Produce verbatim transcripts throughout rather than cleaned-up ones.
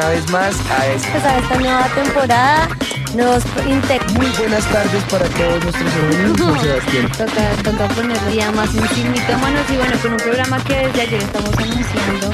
una vez más a esta, pues a esta nueva temporada. Nos inter... Muy buenas tardes para todos nuestros amigos, Juan Sebastián. Toca, toca ponerle ya más un mitómanos y bueno, con un programa que desde ayer estamos anunciando.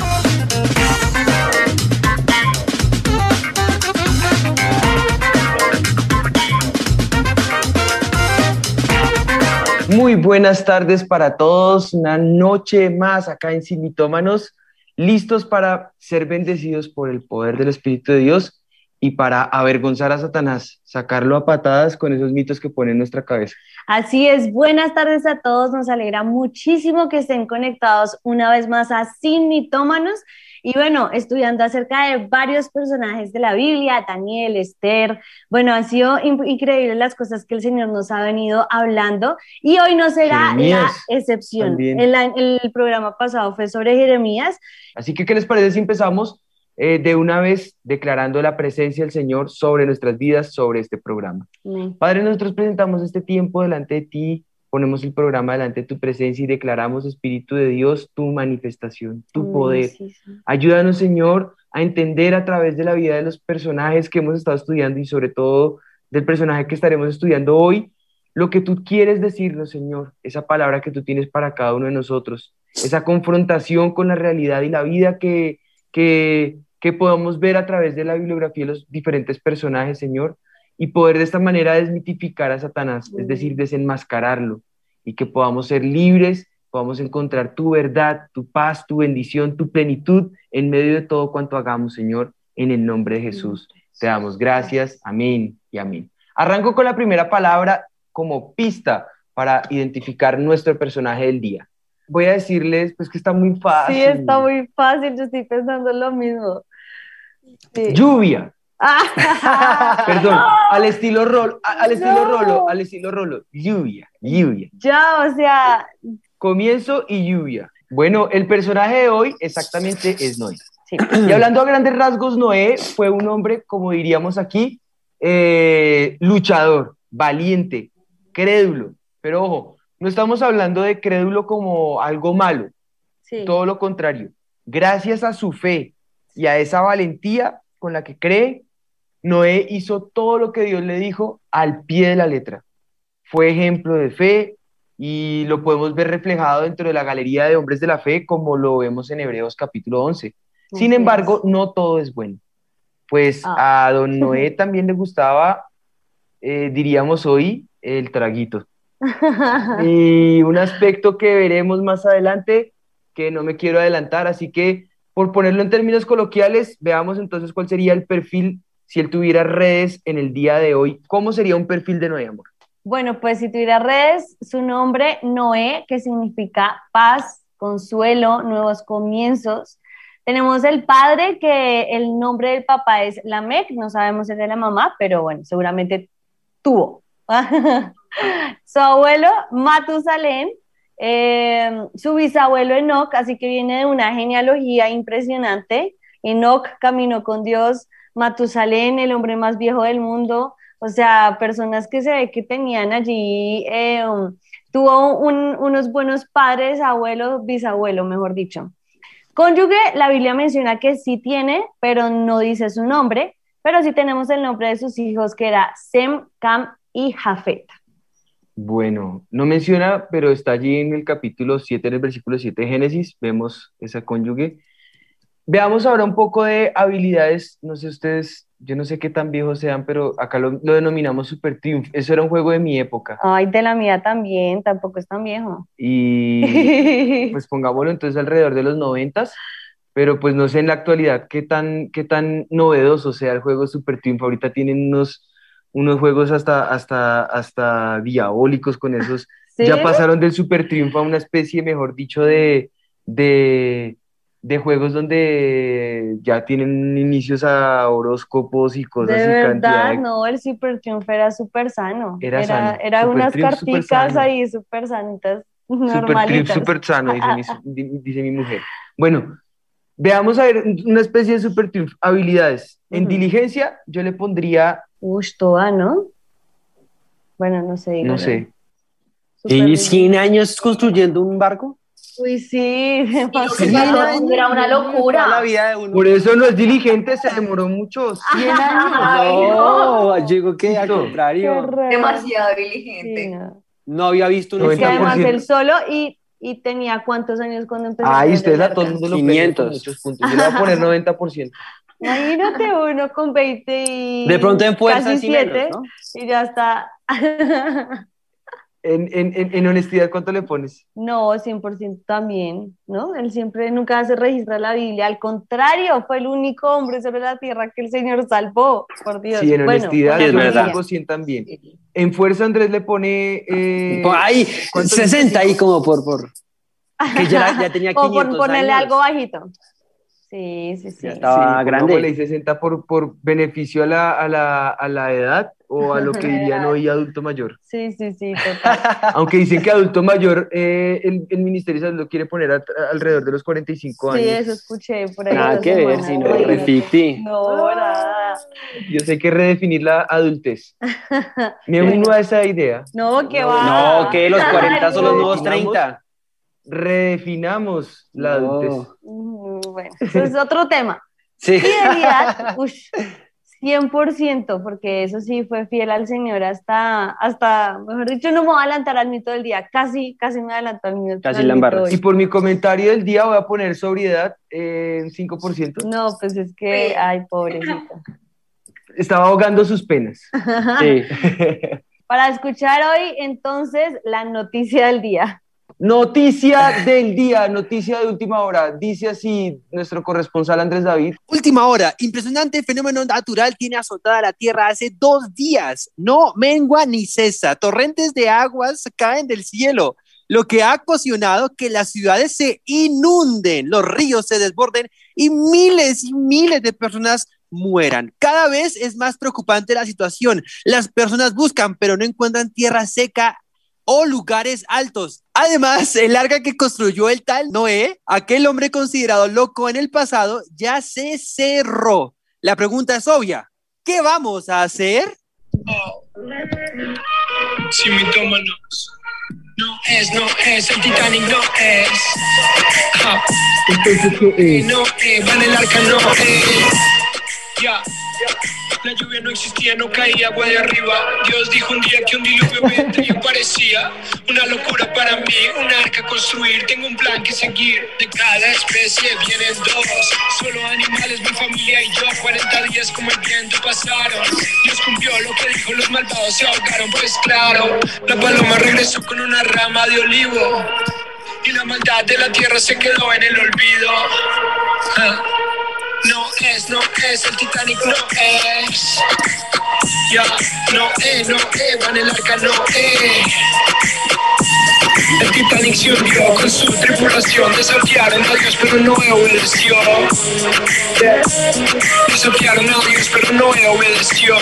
Muy buenas tardes para todos, una noche más acá en Sin Mitómanos, listos para ser bendecidos por el poder del Espíritu de Dios y para avergonzar a Satanás, sacarlo a patadas con esos mitos que pone en nuestra cabeza. Así es, buenas tardes a todos, nos alegra muchísimo que estén conectados una vez más a Sin Mitómanos. Y bueno, estudiando acerca de varios personajes de la Biblia, Daniel, Esther, bueno, han sido in- increíbles las cosas que el Señor nos ha venido hablando y hoy no será Jeremías, la excepción. también. El, el programa pasado fue sobre Jeremías. Así que, ¿qué les parece si empezamos eh, de una vez declarando la presencia del Señor sobre nuestras vidas, sobre este programa? Amén. Padre, nosotros presentamos este tiempo delante de ti, ponemos el programa delante de tu presencia y declaramos, Espíritu de Dios, tu manifestación, tu Amén, poder. sí, sí. Ayúdanos, Señor, a entender a través de la vida de los personajes que hemos estado estudiando y sobre todo del personaje que estaremos estudiando hoy, lo que tú quieres decirnos, Señor, esa palabra que tú tienes para cada uno de nosotros, esa confrontación con la realidad y la vida que, que, que podamos ver a través de la bibliografía de los diferentes personajes, Señor, y poder de esta manera desmitificar a Satanás, es decir, desenmascararlo, y que podamos ser libres, podamos encontrar tu verdad, tu paz, tu bendición, tu plenitud en medio de todo cuanto hagamos, Señor, en el nombre de Jesús. Te damos gracias, amén y amén. Arranco con la primera palabra como pista para identificar nuestro personaje del día. Voy a decirles pues que está muy fácil. Sí, está muy fácil, yo estoy pensando lo mismo. Sí. Lluvia. Ah, Perdón, al estilo rolo, al estilo No. rolo, al estilo rolo, lluvia, lluvia. ya, o sea, Comienzo y lluvia. Bueno, el personaje de hoy exactamente es Noé. sí. Y hablando a grandes rasgos, Noé fue un hombre, como diríamos aquí, eh, luchador, valiente, crédulo. Pero ojo, no estamos hablando de crédulo como algo malo, Sí. todo lo contrario. Gracias a su fe y a esa valentía con la que cree, Noé hizo todo lo que Dios le dijo al pie de la letra. Fue ejemplo de fe y lo podemos ver reflejado dentro de la galería de hombres de la fe, como lo vemos en Hebreos capítulo once. Sin Así embargo, es. no todo es bueno. Pues Ah. a don Noé también le gustaba, eh, diríamos hoy, el traguito. Y un aspecto que veremos más adelante, que no me quiero adelantar, así que por ponerlo en términos coloquiales, veamos entonces cuál sería el perfil si él tuviera redes en el día de hoy. ¿Cómo sería un perfil de Noé, amor? Bueno, pues si tuviera redes, su nombre Noé, que significa paz, consuelo, nuevos comienzos. Tenemos el padre, que el nombre del papá es Lamec, no sabemos el de la mamá, pero bueno, seguramente tuvo. Su abuelo, Matusalén, eh, su bisabuelo Enoc, así que viene de una genealogía impresionante. Enoc caminó con Dios, Matusalén, el hombre más viejo del mundo, o sea, personas que se ve que tenían allí, eh, um, tuvo un, unos buenos padres, abuelo, bisabuelo, mejor dicho. Cónyuge, la Biblia menciona que sí tiene, pero no dice su nombre, pero sí tenemos el nombre de sus hijos, que era Sem, Cam y Jafet. Bueno, no menciona, pero está allí en el capítulo siete, en el versículo siete de Génesis, vemos esa cónyuge. Veamos ahora un poco de habilidades, no sé ustedes, yo no sé qué tan viejos sean, pero acá lo, lo denominamos Super Triumph, eso era un juego de mi época. Ay, de la mía también, tampoco es tan viejo. Y pues pongámoslo entonces alrededor de los noventas, pero pues no sé en la actualidad qué tan, qué tan novedoso sea el juego Super Triumph. Ahorita tienen unos, unos juegos hasta, hasta, hasta diabólicos con esos. ¿Sí? Ya pasaron del Super Triumph a una especie, mejor dicho, de, de, de juegos donde ya tienen inicios a horóscopos y cosas De y verdad, cantidad de... no, el Super Triunfo era súper sano. Era Era, sano. era Super unas Triumph, súper carticas sano. ahí súper sanitas, Super Triumph, normalitas. súper sano, dice mi, di- dice mi mujer. Bueno, veamos a ver una especie de Super Triumph. Habilidades. En Ujú. diligencia, yo le pondría, Ush, toda, ¿no? Bueno, no sé, digo no yo. sé, Súper ¿Y bien. cien años construyendo un barco? Uy, sí, Y lo que demasiado. pasó era una Toda la locura. vida de uno. Por eso no es diligente, se demoró mucho, cien años. Ay, No, no. yo digo que al No. Qué contrario, horror. Demasiado Sí, diligente. no. no había visto un Es que noventa por además ciento. él solo y, y tenía cuántos años cuando empezó a Ay, hacer ustedes el a todo el arca. mundo lo premian con quinientos. muchos puntos. Yo le voy a poner noventa por ciento. Imagínate uno con veinte y De pronto en fuerza casi sí menos, siete ¿no? y ya está. En, en, en, en honestidad, ¿cuánto le pones? No, cien por ciento también, ¿no? Él siempre nunca se registra la Biblia. Al contrario, fue el único hombre sobre la tierra que el Señor salvó, por Dios. Sí, en Bueno, honestidad, por Sí, es yo la le verdad. familia. pongo cien también. En fuerza, Andrés le pone. Eh, Por ahí, ¿cuánto sesenta ahí dice? como por, por. Que ya, ya tenía Como por quinientos ponerle años. algo bajito. Sí, sí, sí. Ya estaba Sí, grande. pongámosle sesenta por, por beneficio a la, a, la, a la edad o a lo que dirían hoy adulto mayor. Sí, sí, sí, total. Aunque dicen que adulto mayor, eh, el, el Ministerio de Salud lo quiere poner a- a- alrededor de los cuarenta y cinco Sí, años. eso escuché por ahí. Nada esta que ver, semana, si no, imagínate. refiti. No, nada. Yo sé que redefinir la adultez. Me uno a esa idea. No, que No, va. No, que los cuarenta son los nuevos Redefinamos- treinta. Redefinamos la adultez. No. Mm, Bueno, eso es otro tema. Sí. Fidelidad, ush, cien por ciento, porque eso sí fue fiel al Señor hasta, hasta, mejor dicho, no me voy a adelantar al mito del día, casi, casi me adelanto al mito, Casi al la mito embarras. hoy. Y por mi comentario del día voy a poner sobriedad en cinco por ciento. No, pues es que, ay, pobrecito. Estaba ahogando sus penas. Sí. Para escuchar hoy, entonces, la noticia del día. Noticia del día, noticia de última hora. Dice así nuestro corresponsal Andrés David. Última hora, impresionante fenómeno natural tiene azotada la Tierra hace dos días. No mengua ni cesa, torrentes de aguas caen del cielo, lo que ha ocasionado que las ciudades se inunden, los ríos se desborden y miles y miles de personas mueran. Cada vez es más preocupante la situación. Las personas buscan, pero no encuentran tierra seca o lugares altos. Además, el arca que construyó el tal Noé, aquel hombre considerado loco en el pasado, ya se cerró. La pregunta es obvia. ¿Qué vamos a hacer? Si mitómanos. No es, no es, el Titanic no es. Ja. Entonces, ¿qué es? No es, va en el arca, no es. Ya. La lluvia no existía, no caía agua de arriba. Dios dijo un día que un diluvio vendría, parecía una locura para mí. Un arca construir, tengo un plan que seguir. De cada especie vienen dos, solo animales, mi familia y yo. cuarenta días como el viento pasaron. Dios cumplió lo que dijo, los malvados se ahogaron. Pues claro, la paloma regresó con una rama de olivo y la maldad de la tierra se quedó en el olvido. Ah. No es, no es, el Titanic no es. Ya, no es, no es, va en el arca, no es. El Titanic se hundió con su tripulación. Desafiaron a Dios, pero Noé obedeció. Desafiaron a Dios, pero Noé obedeció.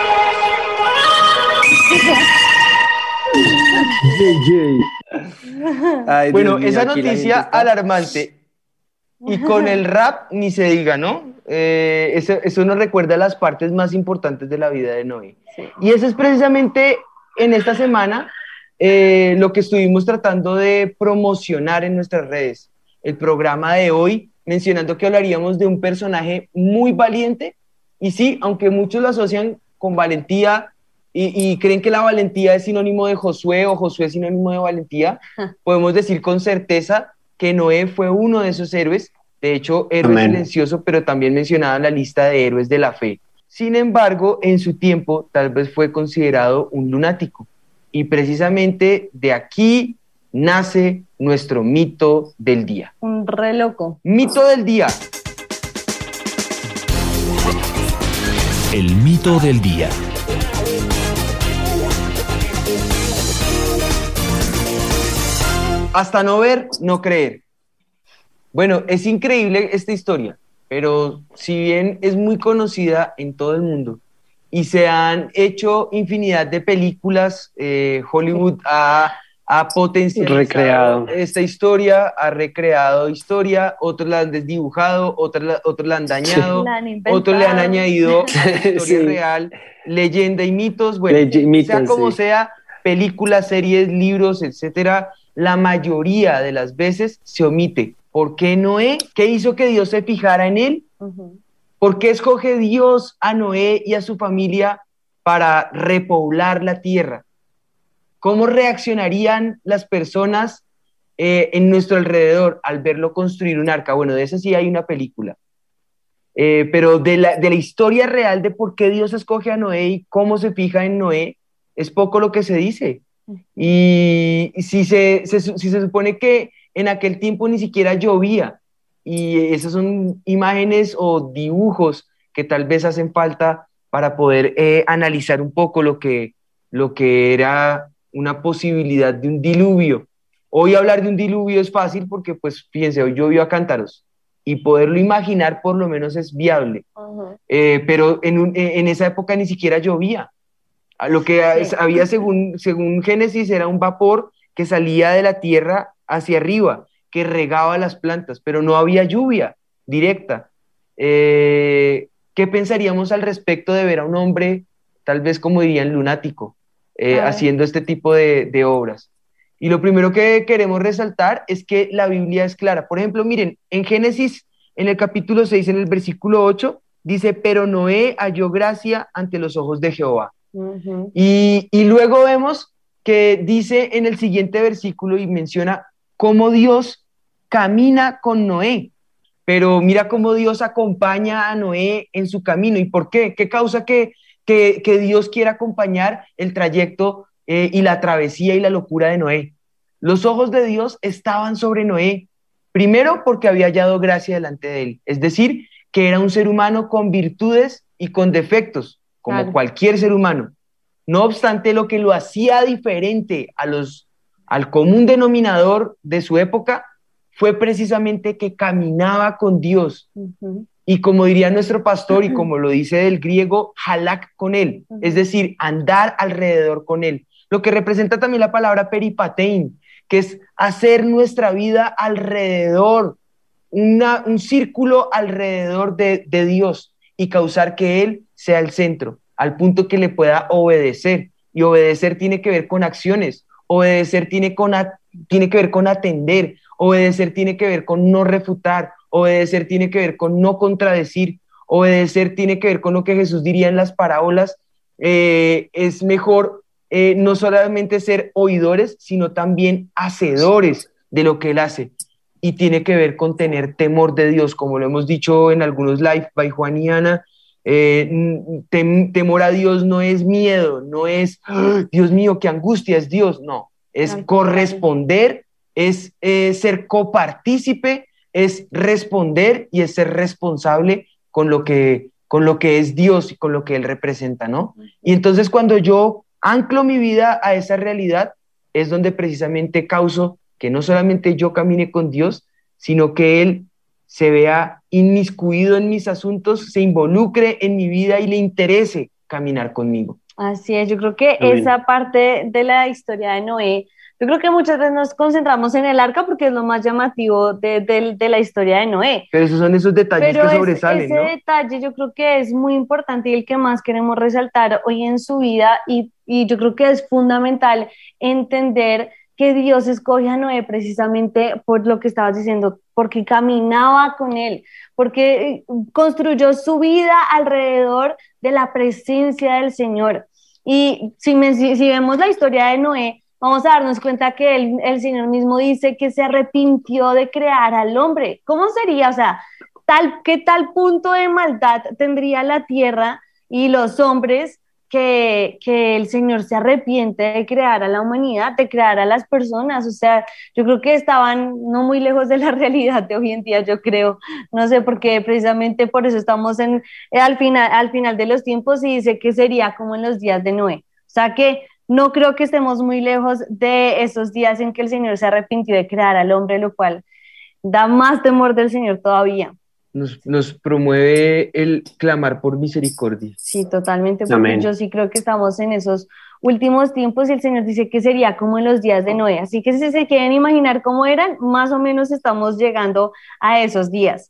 Ay, Bueno, Dios mío, esa aquí la noticia gente está- alarmante. Y con el rap ni se diga, ¿no? Eh, eso, eso nos recuerda las partes más importantes de la vida de Noé. Sí. Y eso es precisamente en esta semana eh, lo que estuvimos tratando de promocionar en nuestras redes. El programa de hoy, mencionando que hablaríamos de un personaje muy valiente. Y sí, aunque muchos lo asocian con valentía y, y creen que la valentía es sinónimo de Josué o Josué es sinónimo de valentía, podemos decir con certeza que Noé fue uno de esos héroes, de hecho, héroe Amén. silencioso, pero también mencionado en la lista de héroes de la fe. Sin embargo, en su tiempo, tal vez fue considerado un lunático. Y precisamente de aquí nace nuestro mito del día. Un re loco. Mito del día. El mito del día. Hasta no ver, no creer. Bueno, es increíble esta historia, pero si bien es muy conocida en todo el mundo y se han hecho infinidad de películas, eh, Hollywood ha, ha potencializado Recreado. esta historia, ha recreado historia, otros la han desdibujado, otros la, otros la han dañado, La han inventado. otros le han añadido a la historia Sí. real, leyenda y mitos, bueno, Leye- mitos, sea como sí. sea, películas, series, libros, etcétera. la mayoría de las veces se omite. ¿Por qué Noé? ¿Qué hizo que Dios se fijara en él? Ujú. ¿Por qué escoge Dios a Noé y a su familia para repoblar la tierra? ¿Cómo reaccionarían las personas eh, en nuestro alrededor al verlo construir un arca? Bueno, de eso sí hay una película. Eh, pero de la, de la historia real de por qué Dios escoge a Noé y cómo se fija en Noé, es poco lo que se dice. Y, y si, se, se, si se supone que en aquel tiempo ni siquiera llovía, y esas son imágenes o dibujos que tal vez hacen falta para poder eh, analizar un poco lo que, lo que era una posibilidad de un diluvio. Hoy hablar de un diluvio es fácil porque, pues, fíjense, hoy llovió a cántaros y poderlo imaginar por lo menos es viable. Ujú. Eh, pero en, un, en esa época ni siquiera llovía. Lo que Sí. había según, según Génesis era un vapor que salía de la tierra hacia arriba, que regaba las plantas, pero no había lluvia directa. Eh, ¿Qué pensaríamos al respecto de ver a un hombre, tal vez como dirían, lunático, eh, A ver. haciendo este tipo de, de obras? Y lo primero que queremos resaltar es que la Biblia es clara. Por ejemplo, miren, en Génesis, en el capítulo seis, en el versículo ocho, dice, pero Noé halló gracia ante los ojos de Jehová. Ujú. Y, y luego vemos que dice en el siguiente versículo y menciona cómo Dios camina con Noé, pero mira cómo Dios acompaña a Noé en su camino. ¿Y por qué? ¿Qué causa que, que, que Dios quiera acompañar el trayecto eh, y la travesía y la locura de Noé? Los ojos de Dios estaban sobre Noé, primero porque había hallado gracia delante de él, es decir, que era un ser humano con virtudes y con defectos, como Claro. cualquier ser humano. No obstante, lo que lo hacía diferente a los, al común denominador de su época fue precisamente que caminaba con Dios. Ujú. Y como diría nuestro pastor, y como lo dice del griego, halak con él, Ujú. es decir, andar alrededor con él. Lo que representa también la palabra peripatein, que es hacer nuestra vida alrededor, una, un círculo alrededor de, de Dios y causar que Él sea el centro, al punto que le pueda obedecer. Y obedecer tiene que ver con acciones, obedecer tiene, con a, tiene que ver con atender, obedecer tiene que ver con no refutar, obedecer tiene que ver con no contradecir, obedecer tiene que ver con lo que Jesús diría en las parábolas. Eh, es mejor eh, no solamente ser oidores, sino también hacedores de lo que Él hace. Y tiene que ver con tener temor de Dios, como lo hemos dicho en algunos live by Juan y Ana. Eh, tem, temor a Dios no es miedo, no es, ¡oh, Dios mío, qué angustia, es Dios! No, es Al corresponder, es eh, ser copartícipe, es responder y es ser responsable con lo que, con lo que es Dios y con lo que Él representa, ¿no? Y entonces cuando yo anclo mi vida a esa realidad, es donde precisamente causo que no solamente yo camine con Dios, sino que Él se vea inmiscuido en mis asuntos, se involucre en mi vida y le interese caminar conmigo. Así es, yo creo que Amén. esa parte de la historia de Noé, yo creo que muchas veces nos concentramos en el arca porque es lo más llamativo de, de, de la historia de Noé. Pero esos son esos detalles Pero que es- sobresalen, ese ¿no? detalle yo creo que es muy importante y el que más queremos resaltar hoy en su vida y, y yo creo que es fundamental entender que Dios escoge a Noé precisamente por lo que estabas diciendo, porque caminaba con él, porque eh, construyó su vida alrededor de la presencia del Señor. Y si, me- si, si vemos la historia de Noé, vamos a darnos cuenta que el, el Señor mismo dice que se arrepintió de crear al hombre. ¿Cómo sería? O sea, tal, ¿qué tal punto de maldad tendría la tierra y los hombres que, que el Señor se arrepiente de crear a la humanidad, de crear a las personas? O sea, yo creo que estaban no muy lejos de la realidad de hoy en día, yo creo. No sé, porque precisamente por eso estamos en, eh, al, final, al final de los tiempos y dice que sería como en los días de Noé. O sea que no creo que estemos muy lejos de esos días en que el Señor se arrepintió de crear al hombre, lo cual da más temor del Señor todavía. Nos, nos promueve el clamar por misericordia. Sí, totalmente, porque Amén. yo sí creo que estamos en esos últimos tiempos y el Señor dice que sería como en los días de Noé. Así que si se quieren imaginar cómo eran, más o menos estamos llegando a esos días.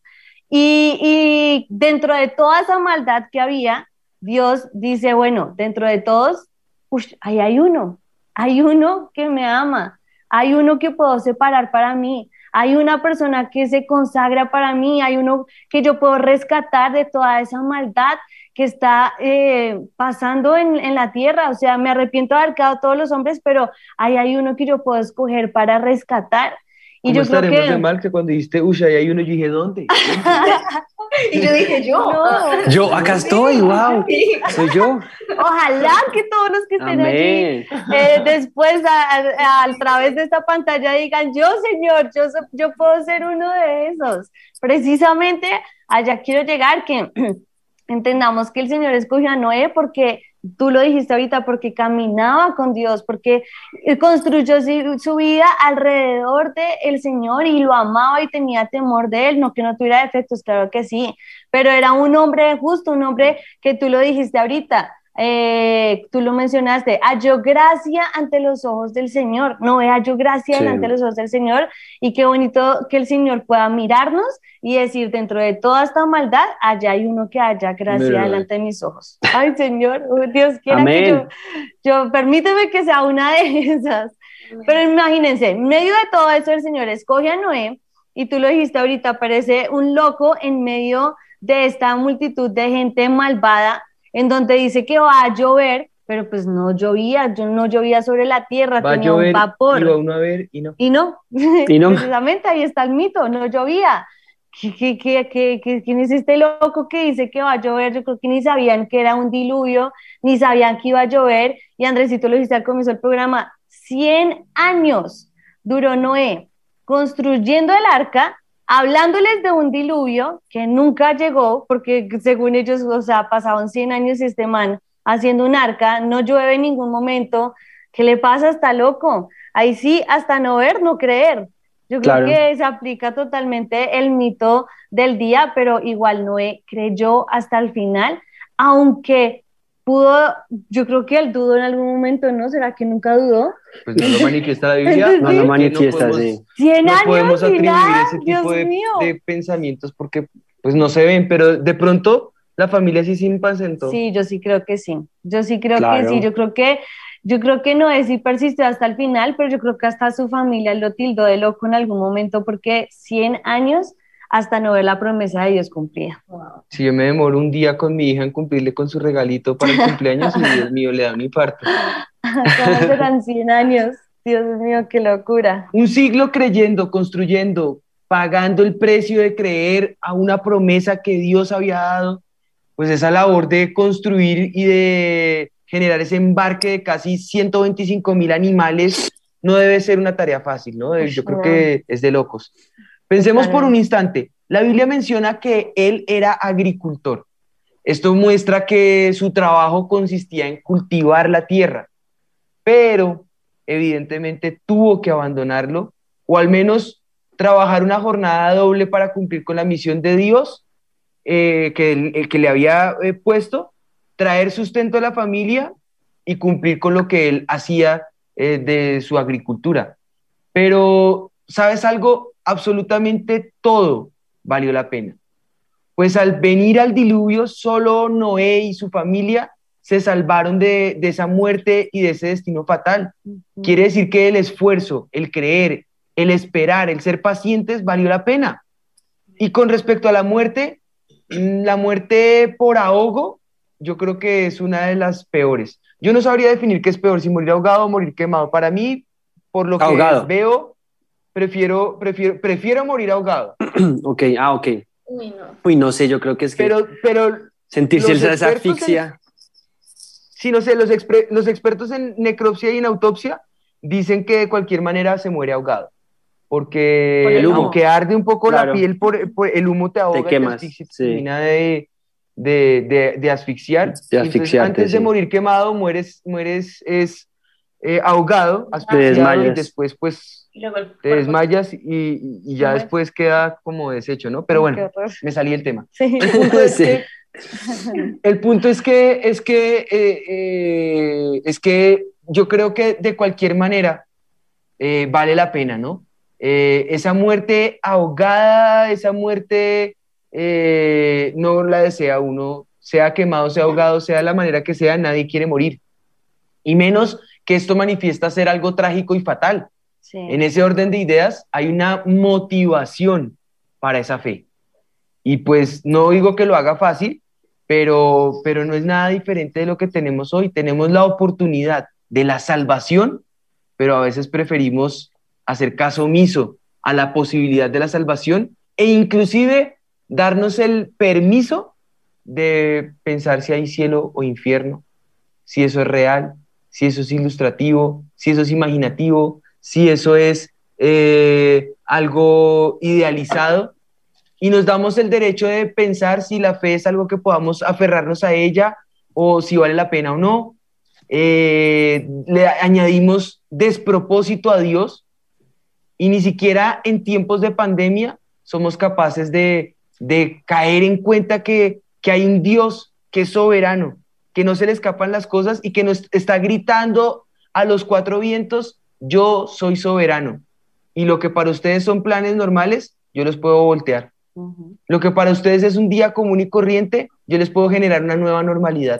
Y, y dentro de toda esa maldad que había, Dios dice, bueno, dentro de todos, ush, ahí hay uno, hay uno que me ama. hay uno que puedo separar para mí, hay una persona que se consagra para mí, hay uno que yo puedo rescatar de toda esa maldad que está eh, pasando en, en la tierra. O sea, me arrepiento de haber quedado todos los hombres, pero ahí hay uno que yo puedo escoger para rescatar. Y ¿Cómo yo creo estaremos que... de mal que cuando dijiste, uy, ahí hay uno, yo dije, ¿dónde? Y yo dije, yo. No. Yo acá estoy, wow. Soy yo. Ojalá que todos los que estén allí Amén. eh, después a, a, a través de esta pantalla digan, yo Señor, yo, so- yo puedo ser uno de esos. Precisamente allá quiero llegar, que entendamos que el Señor escogió a Noé porque, tú lo dijiste ahorita, porque caminaba con Dios, porque construyó su, su vida alrededor del Señor y lo amaba y tenía temor de él, no que no tuviera defectos, claro que sí, pero era un hombre justo, un hombre que tú lo dijiste ahorita, eh, tú lo mencionaste, halló gracia ante los ojos del Señor. Noé halló gracia Sí. delante de los ojos del Señor, y qué bonito que el Señor pueda mirarnos y decir, dentro de toda esta maldad, allá hay uno que haya gracia Mira. delante de mis ojos. Ay, Señor, oh, Dios quiera Amén. que yo, yo, permíteme que sea una de esas. Pero imagínense, en medio de todo eso el Señor escoge a Noé, y tú lo dijiste ahorita, aparece un loco en medio de esta multitud de gente malvada, en donde dice que va a llover, pero pues no llovía, yo no llovía sobre la tierra, Va a tenía llover, un vapor. y va uno a ver, y no. Y no, Y no. precisamente ahí está el mito, no llovía. ¿Qué, qué, qué, qué, qué- quién es este loco que dice que va a llover? Yo creo que ni sabían que era un diluvio, ni sabían que iba a llover. Y Andresito lo dijiste al comienzo del programa, cien años duró Noé construyendo el arca, hablándoles de un diluvio que nunca llegó, porque según ellos, o sea, pasaban cien años y este man haciendo un arca, no llueve en ningún momento. ¿Qué le pasa? Está loco. Ahí sí, hasta no ver, no creer. Yo creo Claro. que se aplica totalmente el mito del día, pero igual Noé creyó hasta el final, aunque pudo, yo creo que él dudó en algún momento, ¿no? ¿Será que nunca dudó? Pues no lo manifiesta la Biblia. No lo así que manifiesta, podemos- sí. cien No años podemos y atribuir nada, ese Dios tipo de, mío. de pensamientos porque pues no se ven, pero de pronto la familia sí se impacientó. Sí, yo sí creo que sí. Yo sí creo Claro. que sí. Yo creo que, yo creo que Noé sí persistió hasta el final, pero yo creo que hasta su familia lo tildó de loco en algún momento, porque cien años hasta no ver la promesa de Dios cumplida. Si yo me demoro un día con mi hija en cumplirle con su regalito para el cumpleaños, y Dios mío, le da un infarto. ¿Cómo serán cien años? Dios mío, qué locura. Un siglo creyendo, construyendo, pagando el precio de creer a una promesa que Dios había dado, pues esa labor de construir y de generar ese embarque de casi ciento veinticinco mil animales no debe ser una tarea fácil, ¿no? Yo creo que es de locos. Pensemos por un instante, la Biblia menciona que él era agricultor. Esto muestra que su trabajo consistía en cultivar la tierra, pero evidentemente tuvo que abandonarlo, o al menos trabajar una jornada doble para cumplir con la misión de Dios eh, que, el, que le había eh, puesto, traer sustento a la familia y cumplir con lo que él hacía eh, de su agricultura. Pero, ¿sabes algo? Absolutamente todo valió la pena. Pues al venir al diluvio, solo Noé y su familia se salvaron de, de esa muerte y de ese destino fatal. Uh-huh. Quiere decir que el esfuerzo, el creer, el esperar, el ser pacientes valió la pena. Y con respecto a la muerte, la muerte por ahogo, yo creo que es una de las peores. Yo no sabría definir qué es peor, si morir ahogado o morir quemado. Para mí, por lo que ahogado. veo, prefiero, prefiero, prefiero morir ahogado. Ok, ah, ok. Uy, no. Uy, no sé, yo creo que es que pero, pero sentirse esa asfixia. En, sí, no sé, los, expre, los expertos en necropsia y en autopsia dicen que de cualquier manera se muere ahogado. Porque por el humo. Aunque arde un poco claro. la piel, por, por el humo te ahoga, te quemas, te asfixia, sí. termina de, de, de, de asfixiar. De Entonces, antes sí. de morir quemado, mueres, mueres es, eh, ahogado, asfixiado, y después pues y luego el te desmayas y, y, y ya después queda como deshecho, ¿no? Pero bueno, me salí del tema. Sí. El punto es que, el punto es que, es que, eh, eh, es que yo creo que de cualquier manera eh, vale la pena, ¿no? Eh, esa muerte ahogada, esa muerte eh, no la desea uno, sea quemado, sea ahogado, sea de la manera que sea, nadie quiere morir. Y menos que esto manifiesta ser algo trágico y fatal. Sí. En ese orden de ideas hay una motivación para esa fe. Y pues no digo que lo haga fácil, pero, pero no es nada diferente de lo que tenemos hoy. Tenemos la oportunidad de la salvación, pero a veces preferimos hacer caso omiso a la posibilidad de la salvación e inclusive darnos el permiso de pensar si hay cielo o infierno, si eso es real, si eso es ilustrativo, si eso es imaginativo, si eso es eh, algo idealizado, y nos damos el derecho de pensar si la fe es algo que podamos aferrarnos a ella o si vale la pena o no. Eh, le añadimos despropósito a Dios y ni siquiera en tiempos de pandemia somos capaces de, de caer en cuenta que, que hay un Dios que es soberano, que no se le escapan las cosas y que nos está gritando a los cuatro vientos: yo soy soberano. Y lo que para ustedes son planes normales, yo los puedo voltear. Uh-huh. Lo que para ustedes es un día común y corriente, yo les puedo generar una nueva normalidad.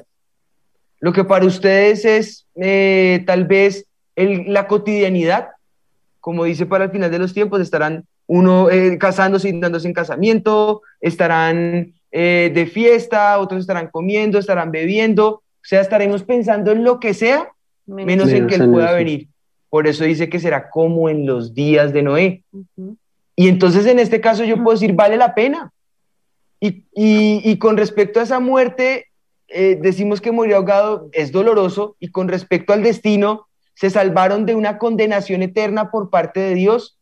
Lo que para ustedes es eh, tal vez el, la cotidianidad, como dice, para el final de los tiempos estarán uno eh, casándose y dándose en casamiento, estarán eh, de fiesta, otros estarán comiendo, estarán bebiendo, o sea, estaremos pensando en lo que sea, menos, menos en que Él pueda eso. venir. Por eso dice que será como en los días de Noé. Uh-huh. Y entonces en este caso yo puedo decir, vale la pena. Y, y, y con respecto a esa muerte, eh, decimos que morir ahogado es doloroso, y con respecto al destino, se salvaron de una condenación eterna por parte de Dios,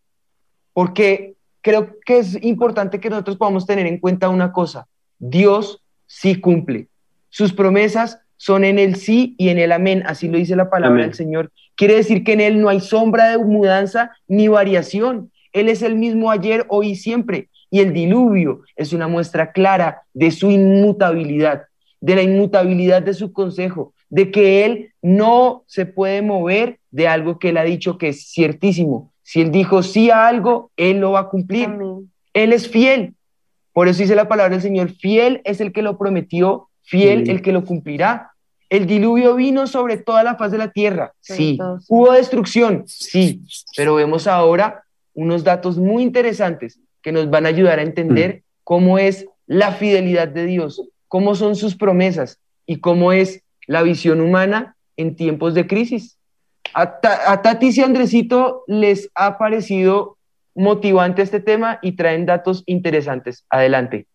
porque creo que es importante que nosotros podamos tener en cuenta una cosa: Dios sí cumple. Sus promesas son en el sí y en el amén, así lo dice la palabra amén. del Señor. Quiere decir que en Él no hay sombra de mudanza ni variación. Él es el mismo ayer, hoy y siempre. Y el diluvio es una muestra clara de su inmutabilidad, de la inmutabilidad de su consejo, de que Él no se puede mover de algo que Él ha dicho que es ciertísimo. Si Él dijo sí a algo, Él lo va a cumplir. Amén. Él es fiel. Por eso dice la palabra del Señor: fiel es el que lo prometió, fiel Amén. el que lo cumplirá. El diluvio vino sobre toda la faz de la tierra, sí. Hubo destrucción, sí. Pero vemos ahora unos datos muy interesantes que nos van a ayudar a entender cómo es la fidelidad de Dios, cómo son sus promesas y cómo es la visión humana en tiempos de crisis. A, Ta- a Tati y Andresito les ha parecido motivante este tema y traen datos interesantes. Adelante.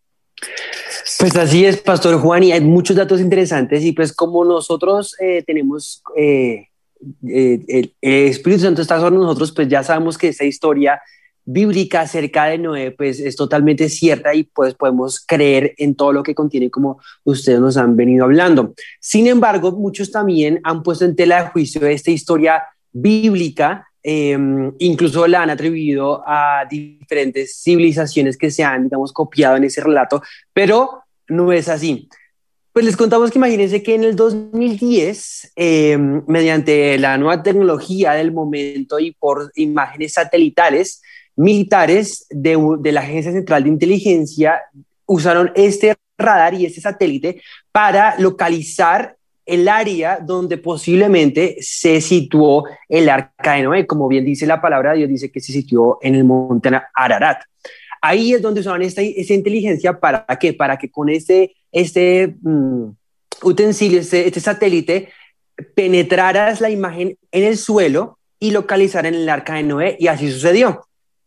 Pues así es, Pastor Juan, y hay muchos datos interesantes, y pues como nosotros eh, tenemos... Eh, Eh, el, el Espíritu Santo está sobre nosotros, pues ya sabemos que esta historia bíblica acerca de Noé pues es totalmente cierta, y pues podemos creer en todo lo que contiene, como ustedes nos han venido hablando. Sin embargo, muchos también han puesto en tela de juicio esta historia bíblica, eh, incluso la han atribuido a diferentes civilizaciones que se han, digamos, copiado en ese relato, pero no es así. Pues les contamos que imagínense que en el dos mil diez, eh, mediante la nueva tecnología del momento y por imágenes satelitales, militares de, de la Agencia Central de Inteligencia usaron este radar y este satélite para localizar el área donde posiblemente se situó el Arca de Noé. Como bien dice la palabra de Dios, dice que se situó en el monte Ararat. Ahí es donde usaban esta, esta inteligencia. ¿Para qué? Para que con este, este um, utensilio, este, este satélite, penetraras la imagen en el suelo y localizaran el Arca de Noé, y así sucedió.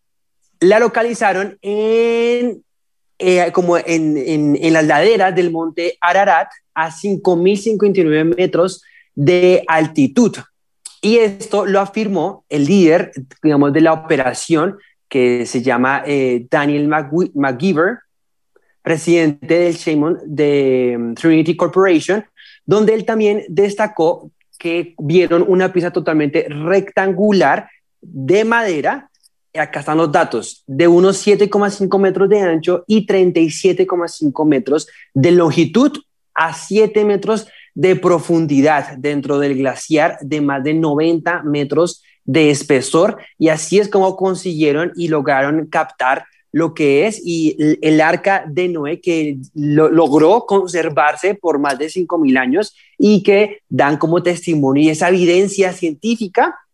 La localizaron en, eh, como en, en, en las laderas del monte Ararat, a cinco mil cincuenta y nueve metros de altitud. Y esto lo afirmó el líder, digamos, de la operación, que se llama eh, Daniel McGeever, presidente del Chairman de um, Trinity Corporation, donde él también destacó que vieron una pieza totalmente rectangular de madera. Acá están los datos: de unos siete coma cinco metros de ancho y treinta y siete coma cinco metros de longitud, a siete metros de profundidad dentro del glaciar, de más de noventa metros de espesor. Y así es como consiguieron y lograron captar lo que es y el, el Arca de Noé, que lo, logró conservarse por más de cinco mil años, y que dan como testimonio y esa evidencia científica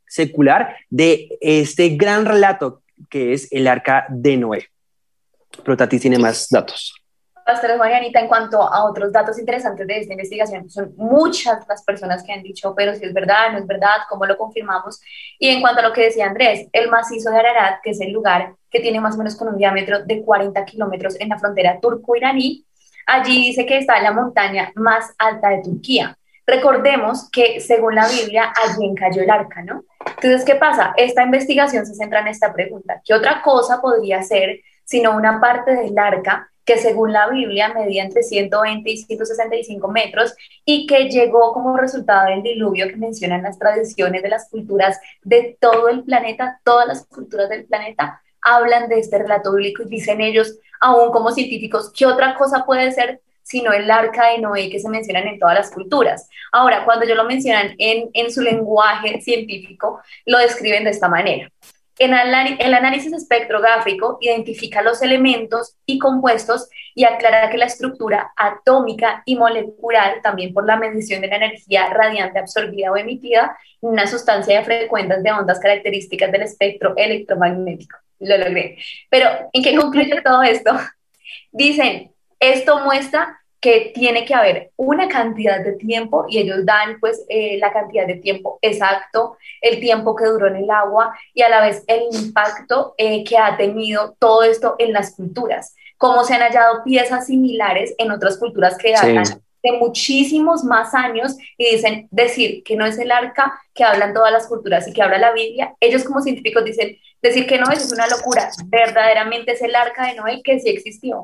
secular de este gran relato que es el Arca de Noé. Pero Tati tiene más datos. Pastora Juan y Anita, en cuanto a otros datos interesantes de esta investigación, son muchas las personas que han dicho, pero si es verdad, no es verdad, ¿cómo lo confirmamos? Y en cuanto a lo que decía Andrés, el macizo de Ararat, que es el lugar que tiene más o menos con un diámetro de cuarenta kilómetros en la frontera turco-iraní, allí dice que está la montaña más alta de Turquía. Recordemos que, según la Biblia, allí cayó el arca, ¿no? Entonces, ¿qué pasa? Esta investigación se centra en esta pregunta. ¿Qué otra cosa podría ser sino una parte del arca que según la Biblia medía entre ciento veinte y ciento sesenta y cinco metros y que llegó como resultado del diluvio que mencionan las tradiciones de las culturas de todo el planeta? Todas las culturas del planeta hablan de este relato bíblico y dicen ellos, aún como científicos, ¿qué otra cosa puede ser sino el arca de Noé que se mencionan en todas las culturas? Ahora, cuando ellos lo mencionan en, en su lenguaje científico, lo describen de esta manera. En el análisis espectrográfico identifica los elementos y compuestos y aclara que la estructura atómica y molecular, también por la medición de la energía radiante absorbida o emitida, en una sustancia de frecuencias de ondas características del espectro electromagnético. Lo logré. Pero, ¿en qué concluye todo esto? Dicen, esto muestra que tiene que haber una cantidad de tiempo y ellos dan pues eh, la cantidad de tiempo exacto, el tiempo que duró en el agua y a la vez el impacto eh, que ha tenido todo esto en las culturas, cómo se han hallado piezas similares en otras culturas que datan sí. de muchísimos más años y dicen, decir que no es el arca que hablan todas las culturas y que habla la Biblia, ellos como científicos dicen, decir que no es una locura, verdaderamente es el arca de Noé que sí existió.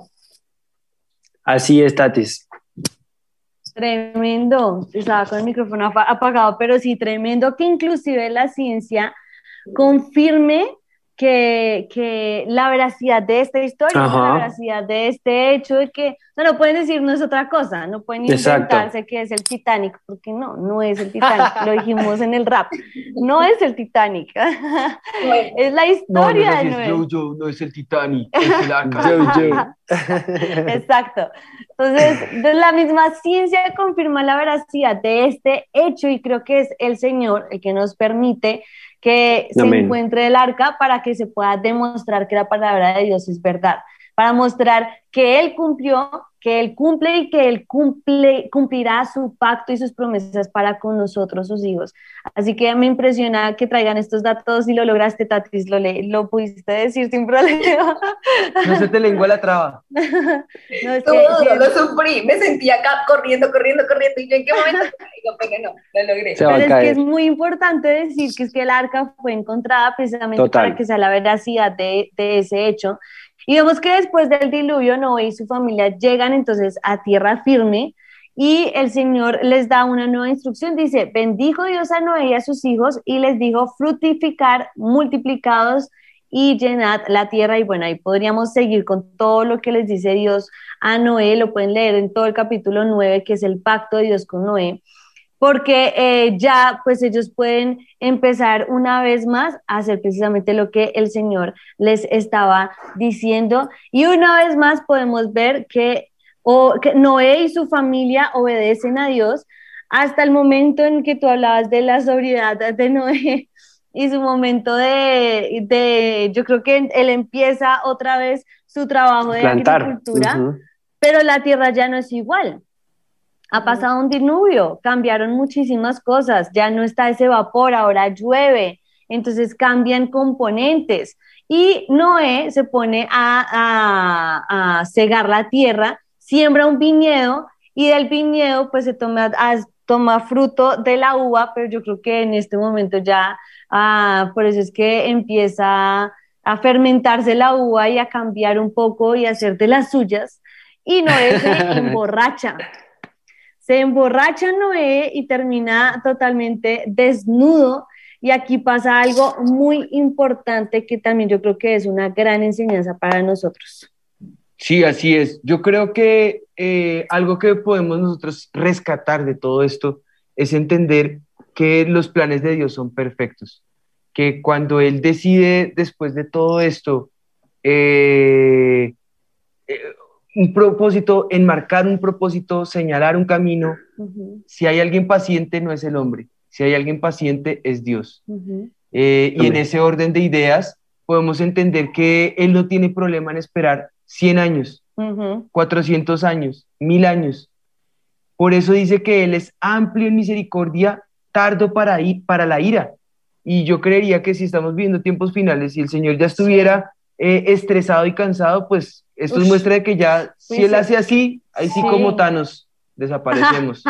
Así es, Tatis. Tremendo, estaba con el micrófono apagado, pero sí, tremendo que inclusive la ciencia confirme que, que la veracidad de esta historia, la veracidad de este hecho, de que no, no pueden decirnos otra cosa, no pueden inventarse Exacto. que es el Titanic, porque no, no es el Titanic, lo dijimos en el rap, no es el Titanic, es la historia no, no, de Noé. Jojo, no es el Titanic, es el arca. Exacto. Entonces, la misma ciencia confirma la veracidad de este hecho y creo que es el Señor el que nos permite que se Amén. encuentre el arca para que se pueda demostrar que la palabra de Dios es verdad, para mostrar que Él cumplió, que Él cumple y que Él cumple, cumplirá su pacto y sus promesas para con nosotros, sus hijos. Así que me impresiona que traigan estos datos y lo lograste, Tatis, lo, le, lo pudiste decir sin problema. No se te lengua la traba. No, es que, Todo, sí, lo sufrí, me sentía acá corriendo, corriendo, corriendo, y yo en qué momento digo, pero no, lo logré. Pero es que es muy importante decir que es que el arca fue encontrada precisamente Total. para que sea la veracidad de, de ese hecho. Y vemos que después del diluvio, Noé y su familia llegan entonces a tierra firme y el Señor les da una nueva instrucción. Dice, bendijo Dios a Noé y a sus hijos y les dijo, fructificar, multiplicados y llenad la tierra. Y bueno, ahí podríamos seguir con todo lo que les dice Dios a Noé. Lo pueden leer en todo el capítulo nueve, que es el pacto de Dios con Noé. Porque eh, ya pues ellos pueden empezar una vez más a hacer precisamente lo que el Señor les estaba diciendo. Y una vez más podemos ver que, o, que Noé y su familia obedecen a Dios hasta el momento en que tú hablabas de la sobriedad de Noé y su momento de, de yo creo que él empieza otra vez su trabajo de Plantar. agricultura, uh-huh. pero la tierra ya no es igual. Ha pasado un diluvio, cambiaron muchísimas cosas, ya no está ese vapor, ahora llueve, entonces cambian componentes. Y Noé se pone a, a, a cegar la tierra, siembra un viñedo y del viñedo pues se toma, a, toma fruto de la uva, pero yo creo que en este momento ya, ah, por eso es que empieza a fermentarse la uva y a cambiar un poco y a hacer de las suyas. Y Noé se emborracha. Se emborracha Noé y termina totalmente desnudo y aquí pasa algo muy importante que también yo creo que es una gran enseñanza para nosotros. Sí, así es. Yo creo que eh, algo que podemos nosotros rescatar de todo esto es entender que los planes de Dios son perfectos, que cuando Él decide después de todo esto eh, eh, un propósito, enmarcar un propósito, señalar un camino. Uh-huh. Si hay alguien paciente, no es el hombre, si hay alguien paciente, es Dios. Ujú. Eh, y en Amén. ese orden de ideas podemos entender que Él no tiene problema en esperar cien años, Ujú. cuatrocientos años, mil años. Por eso dice que Él es amplio en misericordia, tardo para, i- para la ira. Y yo creería que si estamos viviendo tiempos finales y el Señor ya estuviera eh, estresado y cansado, pues esto es Ush. muestra de que ya, si Uy, Él sí. hace así, ahí sí Sí. como Thanos, desaparecemos.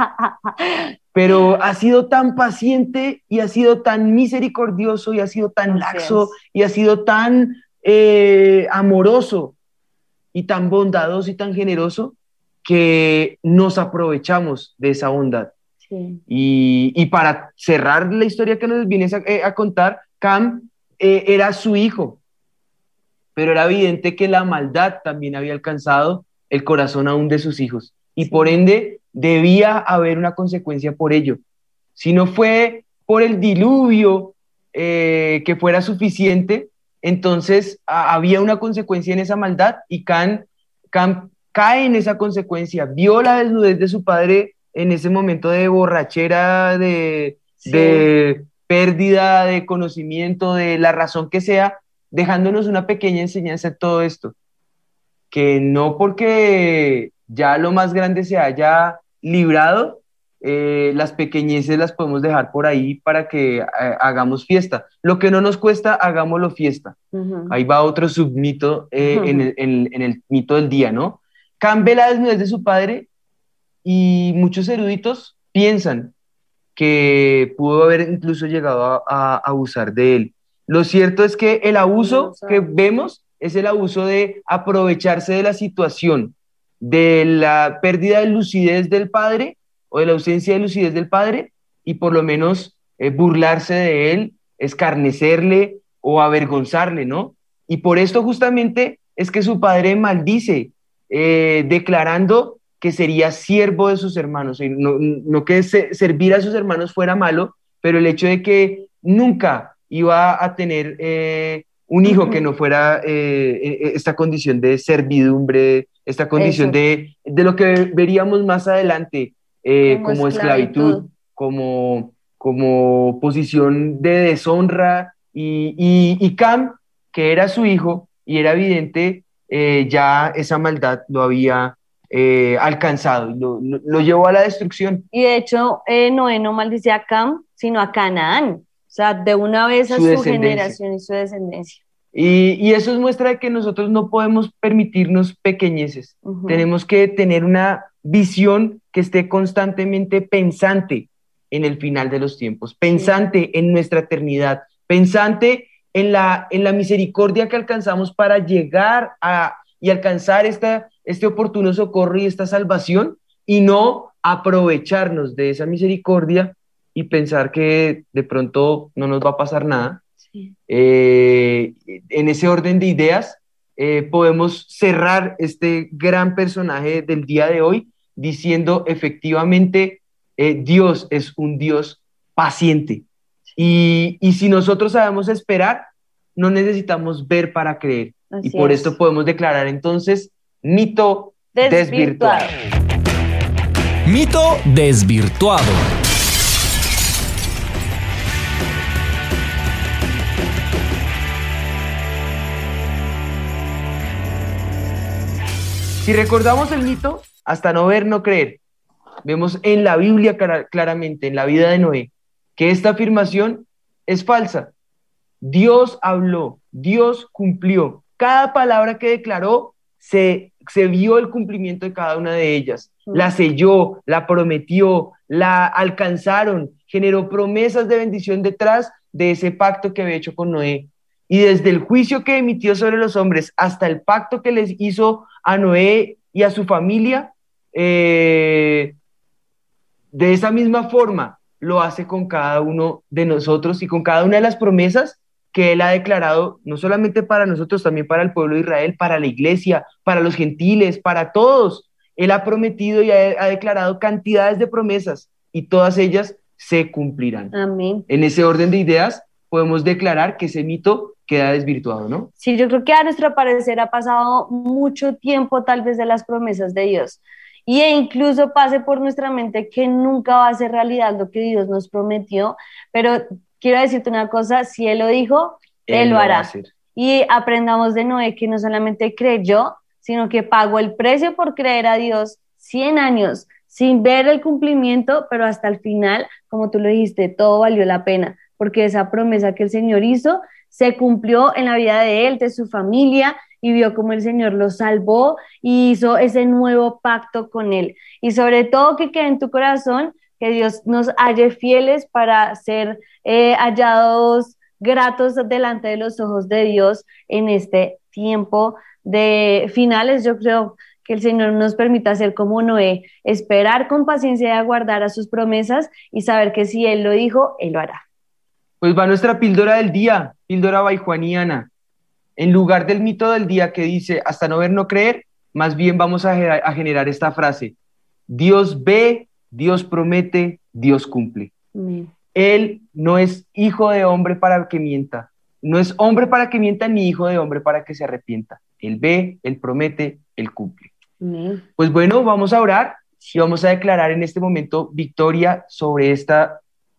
Pero ha sido tan paciente y ha sido tan misericordioso y ha sido tan Así laxo es. y ha sido tan eh, amoroso y tan bondadoso y tan generoso que nos aprovechamos de esa bondad. Sí. Y, y para cerrar la historia que nos vienes a, eh, a contar, Cam eh, era su hijo, pero era evidente que la maldad también había alcanzado el corazón aún de sus hijos y Sí. por ende debía haber una consecuencia por ello. Si no fue por el diluvio eh, que fuera suficiente, entonces a, había una consecuencia en esa maldad y Can, Can cae en esa consecuencia, vio la desnudez de su padre en ese momento de borrachera, de, Sí. de pérdida de conocimiento, de la razón que sea, dejándonos una pequeña enseñanza de todo esto, que no porque ya lo más grande se haya librado, eh, las pequeñeces las podemos dejar por ahí para que eh, hagamos fiesta. Lo que no nos cuesta, hagámoslo fiesta. Ujú. Ahí va otro submito eh, en, el, en, en el mito del día, ¿no? Can ve la desnudez de su padre y muchos eruditos piensan que pudo haber incluso llegado a, a abusar de él. Lo cierto es que el abuso que vemos es el abuso de aprovecharse de la situación, de la pérdida de lucidez del padre o de la ausencia de lucidez del padre y por lo menos eh, burlarse de él, escarnecerle o avergonzarle, ¿no? Y por esto justamente es que su padre maldice, eh, declarando que sería siervo de sus hermanos, y no, no que se, servir a sus hermanos fuera malo, pero el hecho de que nunca iba a tener eh, un hijo que no fuera eh, esta condición de servidumbre, esta condición de, de lo que veríamos más adelante eh, Como como esclavitud, esclavitud. como, como posición de deshonra, y, y, y Cam, que era su hijo, y era evidente, eh, ya esa maldad lo había eh, alcanzado, y lo, lo, lo llevó a la destrucción. Y de hecho, eh, Noé no maldice a Cam, sino a Canaán. O sea, de una vez a Su su, descendencia. generación y su descendencia. Y, y eso es muestra de que nosotros no podemos permitirnos pequeñeces. Ujú. Tenemos que tener una visión que esté constantemente pensante en el final de los tiempos, pensante en nuestra eternidad, pensante en la, en la misericordia que alcanzamos para llegar a, y alcanzar esta, este oportuno socorro y esta salvación, y no aprovecharnos de esa misericordia y pensar que de pronto no nos va a pasar nada. Sí. Eh, en ese orden de ideas, eh, podemos cerrar este gran personaje del día de hoy diciendo efectivamente, eh, Dios es un Dios paciente. Y, y si nosotros sabemos esperar, no necesitamos ver para creer. Así y por es. esto podemos declarar entonces mito desvirtuado. Desvirtuado. Mito desvirtuado. Si recordamos el mito, hasta no ver, no creer. Vemos en la Biblia clar- claramente, en la vida de Noé, que esta afirmación es falsa. Dios habló, Dios cumplió. Cada palabra que declaró, se, se vio el cumplimiento de cada una de ellas. La selló, la prometió, la alcanzaron, generó promesas de bendición detrás de ese pacto que había hecho con Noé. Y desde el juicio que emitió sobre los hombres hasta el pacto que les hizo a Noé y a su familia, eh, de esa misma forma lo hace con cada uno de nosotros y con cada una de las promesas que Él ha declarado, no solamente para nosotros, también para el pueblo de Israel, para la iglesia, para los gentiles, para todos. Él ha prometido y ha, ha declarado cantidades de promesas y todas ellas se cumplirán. Amén. En ese orden de ideas, podemos declarar que ese mito queda desvirtuado, ¿no? Sí, yo creo que a nuestro parecer ha pasado mucho tiempo tal vez de las promesas de Dios. y e incluso pase por nuestra mente que nunca va a ser realidad lo que Dios nos prometió, pero quiero decirte una cosa, si Él lo dijo, Él, Él lo hará. Y aprendamos de Noé que no solamente creyó, sino que pagó el precio por creer a Dios cien años sin ver el cumplimiento, pero hasta el final, como tú lo dijiste, todo valió la pena, porque esa promesa que el Señor hizo se cumplió en la vida de él, de su familia, y vio cómo el Señor lo salvó y hizo ese nuevo pacto con él. Y sobre todo que quede en tu corazón que Dios nos halle fieles para ser eh, hallados gratos delante de los ojos de Dios en este tiempo de finales. Yo creo que el Señor nos permita ser como Noé, esperar con paciencia y aguardar a sus promesas y saber que si Él lo dijo, Él lo hará. Pues va nuestra píldora del día, píldora baijuaniana. En lugar del mito del día que dice, hasta no ver, no creer, más bien vamos a, a generar esta frase: Dios ve, Dios promete, Dios cumple. Amén. Él no es hijo de hombre para que mienta, no es hombre para que mienta, ni hijo de hombre para que se arrepienta. Él ve, Él promete, Él cumple. Amén. Pues bueno, vamos a orar y vamos a declarar en este momento victoria sobre esta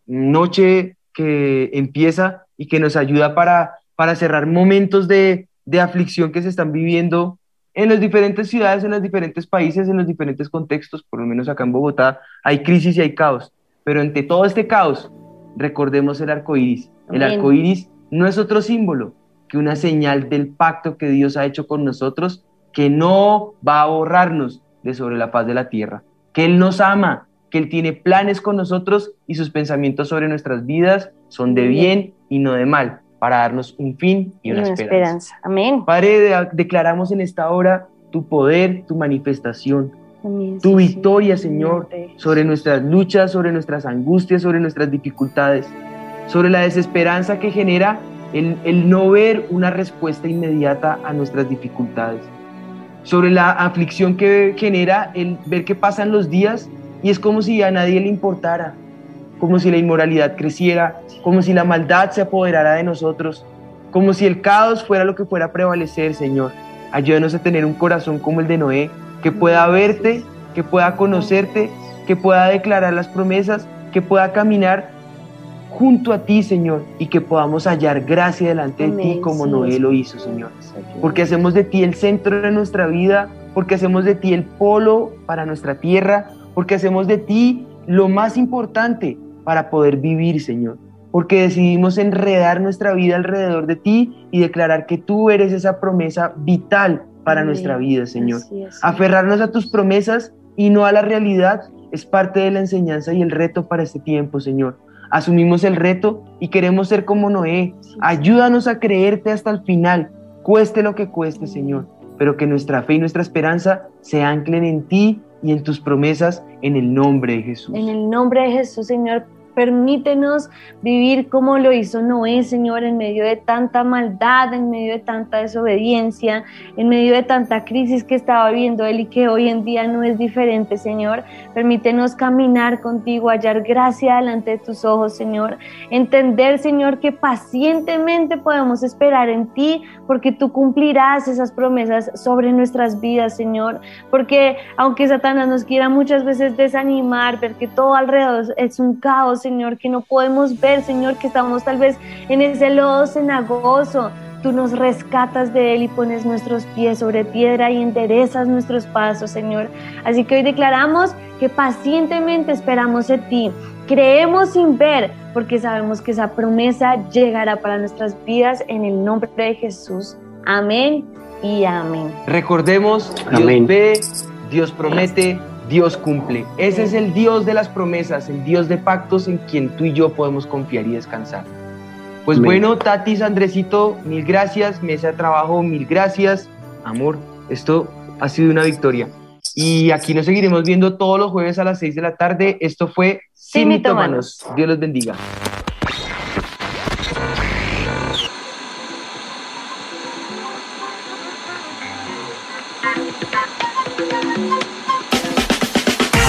noche que empieza y que nos ayuda para, para cerrar momentos de, de aflicción que se están viviendo en las diferentes ciudades, en los diferentes países, en los diferentes contextos. Por lo menos acá en Bogotá hay crisis y hay caos, pero entre todo este caos recordemos el arco iris. El arco iris no es otro símbolo que una señal del pacto que Dios ha hecho con nosotros, que no va a borrarnos de sobre la faz de la tierra, que Él nos ama, que Él tiene planes con nosotros y sus pensamientos sobre nuestras vidas son de bien y no de mal, para darnos un fin y una, una esperanza. esperanza. Amén. Padre, de, declaramos en esta hora tu poder, tu manifestación, Amén. tu sí, victoria, sí, Señor, sí. sobre nuestras luchas, sobre nuestras angustias, sobre nuestras dificultades, sobre la desesperanza que genera el, el no ver una respuesta inmediata a nuestras dificultades, sobre la aflicción que genera el ver que pasan los días y es como si a nadie le importara, como si la inmoralidad creciera, como si la maldad se apoderara de nosotros, como si el caos fuera lo que fuera a prevalecer. Señor, ayúdanos a tener un corazón como el de Noé, que pueda verte, que pueda conocerte, que pueda declarar las promesas, que pueda caminar junto a ti, Señor, y que podamos hallar gracia delante Amén, de ti como sí, Noé lo hizo, Señor. Porque hacemos de ti el centro de nuestra vida, porque hacemos de ti el polo para nuestra tierra, porque hacemos de ti lo más importante para poder vivir, Señor. Porque decidimos enredar nuestra vida alrededor de ti y declarar que tú eres esa promesa vital para Amén. Nuestra vida, Señor. Es, Aferrarnos a tus promesas y no a la realidad es parte de la enseñanza y el reto para este tiempo, Señor. Asumimos el reto y queremos ser como Noé. Ayúdanos a creerte hasta el final, cueste lo que cueste, Señor, pero que nuestra fe y nuestra esperanza se anclen en ti y en tus promesas, en el nombre de Jesús. En el nombre de Jesús, Señor. Permítenos vivir como lo hizo Noé, Señor, en medio de tanta maldad, en medio de tanta desobediencia, en medio de tanta crisis que estaba viviendo él y que hoy en día no es diferente, Señor. Permítenos caminar contigo, hallar gracia delante de tus ojos, Señor. Entender, Señor, que pacientemente podemos esperar en ti, porque tú cumplirás esas promesas sobre nuestras vidas, Señor. Porque aunque Satanás nos quiera muchas veces desanimar, ver que todo alrededor es un caos, Señor, que no podemos ver, Señor, que estamos tal vez en ese lodo cenagoso, tú nos rescatas de él y pones nuestros pies sobre piedra y enderezas nuestros pasos, Señor. Así que hoy declaramos que pacientemente esperamos en ti, creemos sin ver, porque sabemos que esa promesa llegará para nuestras vidas en el nombre de Jesús. Amén y amén. Recordemos, Dios amén. Ve, Dios promete, Dios cumple. Ese es el Dios de las promesas, el Dios de pactos en quien tú y yo podemos confiar y descansar. Pues amén. Bueno, Tatis, Andresito, mil gracias. Mesa de trabajo, mil gracias. Amor, esto ha sido una victoria. Y aquí nos seguiremos viendo todos los jueves a las seis de la tarde. Esto fue Sin Mitómanos. Dios los bendiga.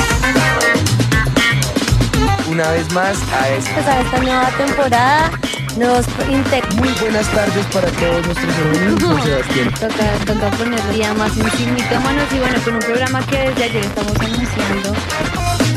Una vez más a esta, pues a esta nueva temporada Nos inte- Muy buenas tardes para todos nuestros hermanos, Juan Sebastián. Toca, toca ponerlo ya más encimita, manos, y bueno, con un programa que desde ayer estamos anunciando.